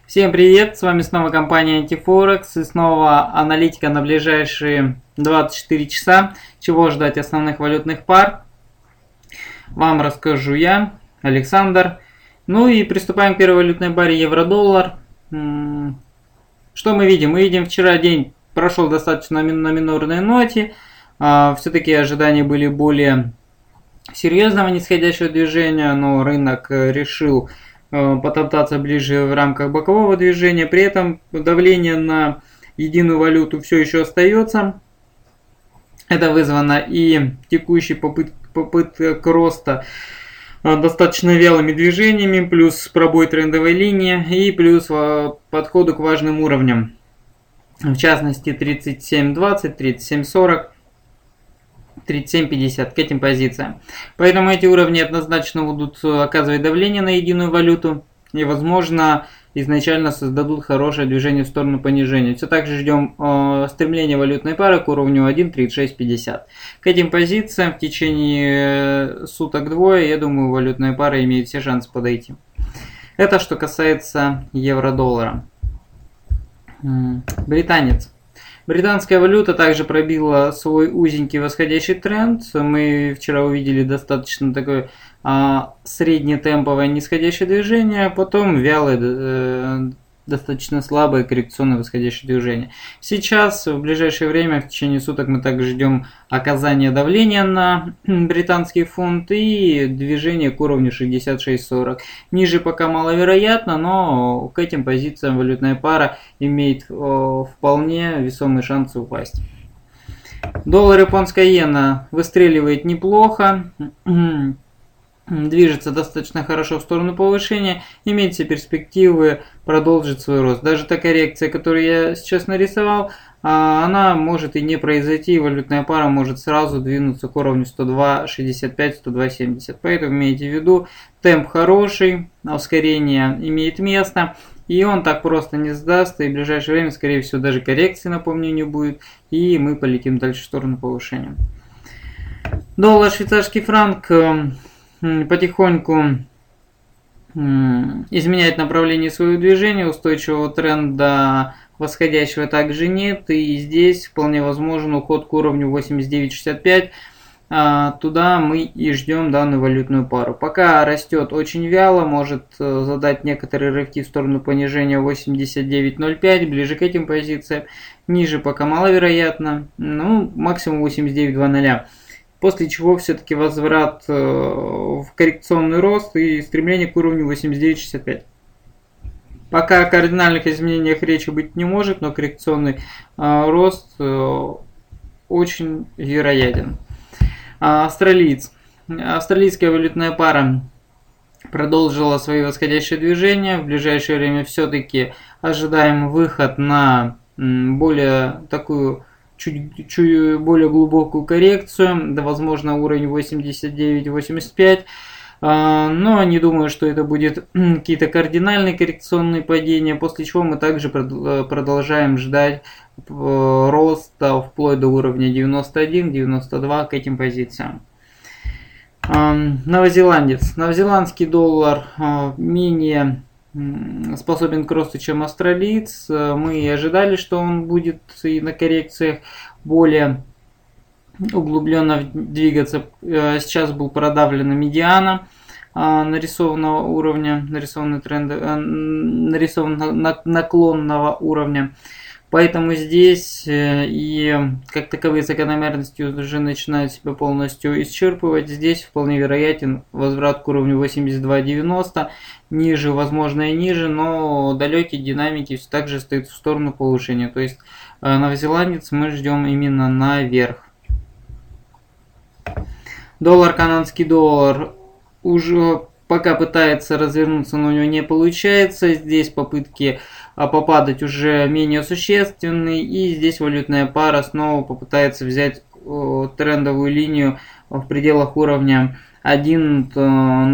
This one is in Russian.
Всем привет, с вами снова компания Антифорекс и снова аналитика на ближайшие 24 часа. Чего ждать основных валютных пар, вам расскажу я, Александр. Ну и приступаем к первой валютной паре евро-доллар. Что мы видим? Мы видим, вчера день прошел достаточно на минорной ноте. Все-таки ожидания были более серьезного нисходящего движения, но рынок решил потоптаться ближе в рамках бокового движения. При этом давление на единую валюту все еще остается. Это вызвано и текущей попыткой роста достаточно вялыми движениями, плюс пробой трендовой линии и плюс подходу к важным уровням. В частности 37.20, 37.40. 37.50 к этим позициям. Поэтому эти уровни однозначно будут оказывать давление на единую валюту и, возможно, изначально создадут хорошее движение в сторону понижения. Все так же ждем стремления валютной пары к уровню 1.3650. К этим позициям в течение суток-двое, я думаю, валютная пара имеет все шансы подойти. Это что касается евро-доллара. Британец. Британская валюта также пробила свой узенький восходящий тренд. Мы вчера увидели достаточно такое среднетемповое нисходящее движение, а потом вялое, достаточно слабое коррекционное восходящее движение. Сейчас, в ближайшее время, в течение суток, мы также ждем оказания давления на британский фунт и движение к уровню 66.40. Ниже пока маловероятно, но к этим позициям валютная пара имеет вполне весомые шансы упасть. Доллар, японская иена выстреливает неплохо. Движется достаточно хорошо в сторону повышения, имеет все перспективы продолжить свой рост. Даже та коррекция, которую я сейчас нарисовал, она может и не произойти, валютная пара может сразу двинуться к уровню 102.65, 102.70. Поэтому имейте в виду, темп хороший, ускорение имеет место, и он так просто не сдаст, и в ближайшее время, скорее всего, даже коррекции, напомню, не будет, и мы полетим дальше в сторону повышения. Доллар, швейцарский франк потихоньку изменяет направление своего движения, устойчивого тренда восходящего также нет, и здесь вполне возможен уход к уровню 89.65, туда мы и ждем данную валютную пару. Пока растет очень вяло, может задать некоторые рывки в сторону понижения 89.05, ближе к этим позициям, ниже пока маловероятно, ну максимум 89.20. После чего все-таки возврат в коррекционный рост и стремление к уровню 89.65. Пока о кардинальных изменениях речи быть не может, но коррекционный рост очень вероятен. Австралиец. Австралийская валютная пара продолжила свои восходящие движения. В ближайшее время все-таки ожидаем выход на более такую чуть более глубокую коррекцию, да, возможно, уровень 89-85, но не думаю, что это будет какие-то кардинальные коррекционные падения, после чего мы также продолжаем ждать роста вплоть до уровня 91-92 к этим позициям. Новозеландец. Новозеландский доллар менее способен к росту, чем австралиец. Мы и ожидали, что он будет и на коррекциях более углубленно двигаться. Сейчас был продавлена медиана нарисованного уровня, нарисованного наклонного уровня. Поэтому здесь и как таковые закономерности уже начинают себя полностью исчерпывать. Здесь вполне вероятен возврат к уровню 82.90, ниже, возможно и ниже, но далекие динамики все так же стоят в сторону повышения. То есть новозеландец мы ждем именно наверх. Доллар, канадский доллар уже пока пытается развернуться, но у него не получается. Здесь попытки попадать уже менее существенные, и здесь валютная пара снова попытается взять трендовую линию в пределах уровня 1.